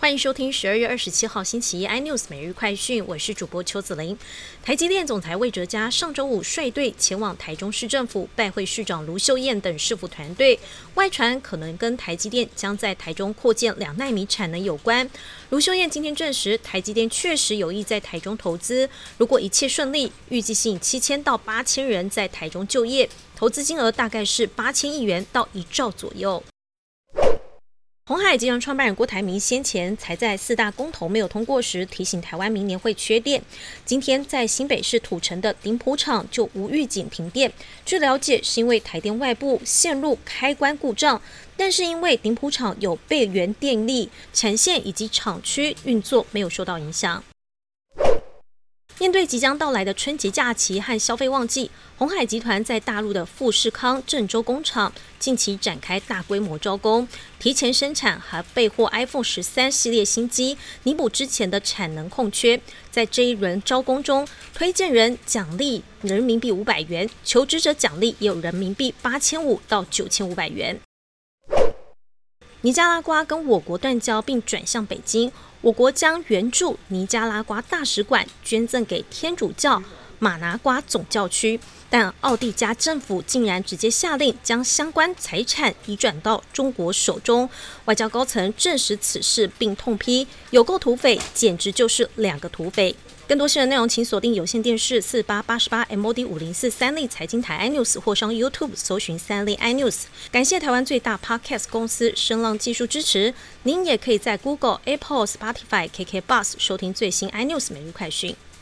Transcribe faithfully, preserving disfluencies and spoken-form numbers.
欢迎收听十二月二十七号星期一 iNews 每日快讯，我是主播邱子玲。台积电总裁魏哲嘉上周五率队前往台中市政府拜会市长卢秀燕等市府团队，外传可能跟台积电将在台中扩建两奈米产能有关。卢秀燕今天证实，台积电确实有意在台中投资，如果一切顺利，预计吸引七千到八千人在台中就业，投资金额大概是八千亿元到一兆左右。鸿海集团创办人郭台铭先前才在四大公投没有通过时提醒台湾明年会缺电。今天在新北市土城的顶埔厂就无预警停电，据了解是因为台电外部线路开关故障，但是因为顶埔厂有备源电力，产线以及厂区运作没有受到影响。面对即将到来的春节假期和消费旺季，鸿海集团在大陆的富士康郑州工厂近期展开大规模招工，提前生产还备货 iPhone 十三系列新机，弥补之前的产能空缺。在这一轮招工中，推荐人奖励人民币五百元，求职者奖励也有人民币八千五到九千五百元。尼加拉瓜跟我国断交并转向北京，我国将援助尼加拉瓜大使馆捐赠给天主教马拿瓜总教区，但奥地加政府竟然直接下令将相关财产移转到中国手中。外交高层证实此事并痛批，有够土匪，简直就是两个土匪。更多新闻内容请锁定有线电视四八八十八 M O D 五零四三立财经台 iNews 或上 YouTube 搜寻三立 iNews。感谢台湾最大 Podcast 公司声浪技术支持。您也可以在 Google、Apple、Spotify、K K Bus 收听最新 iNews 每日快讯。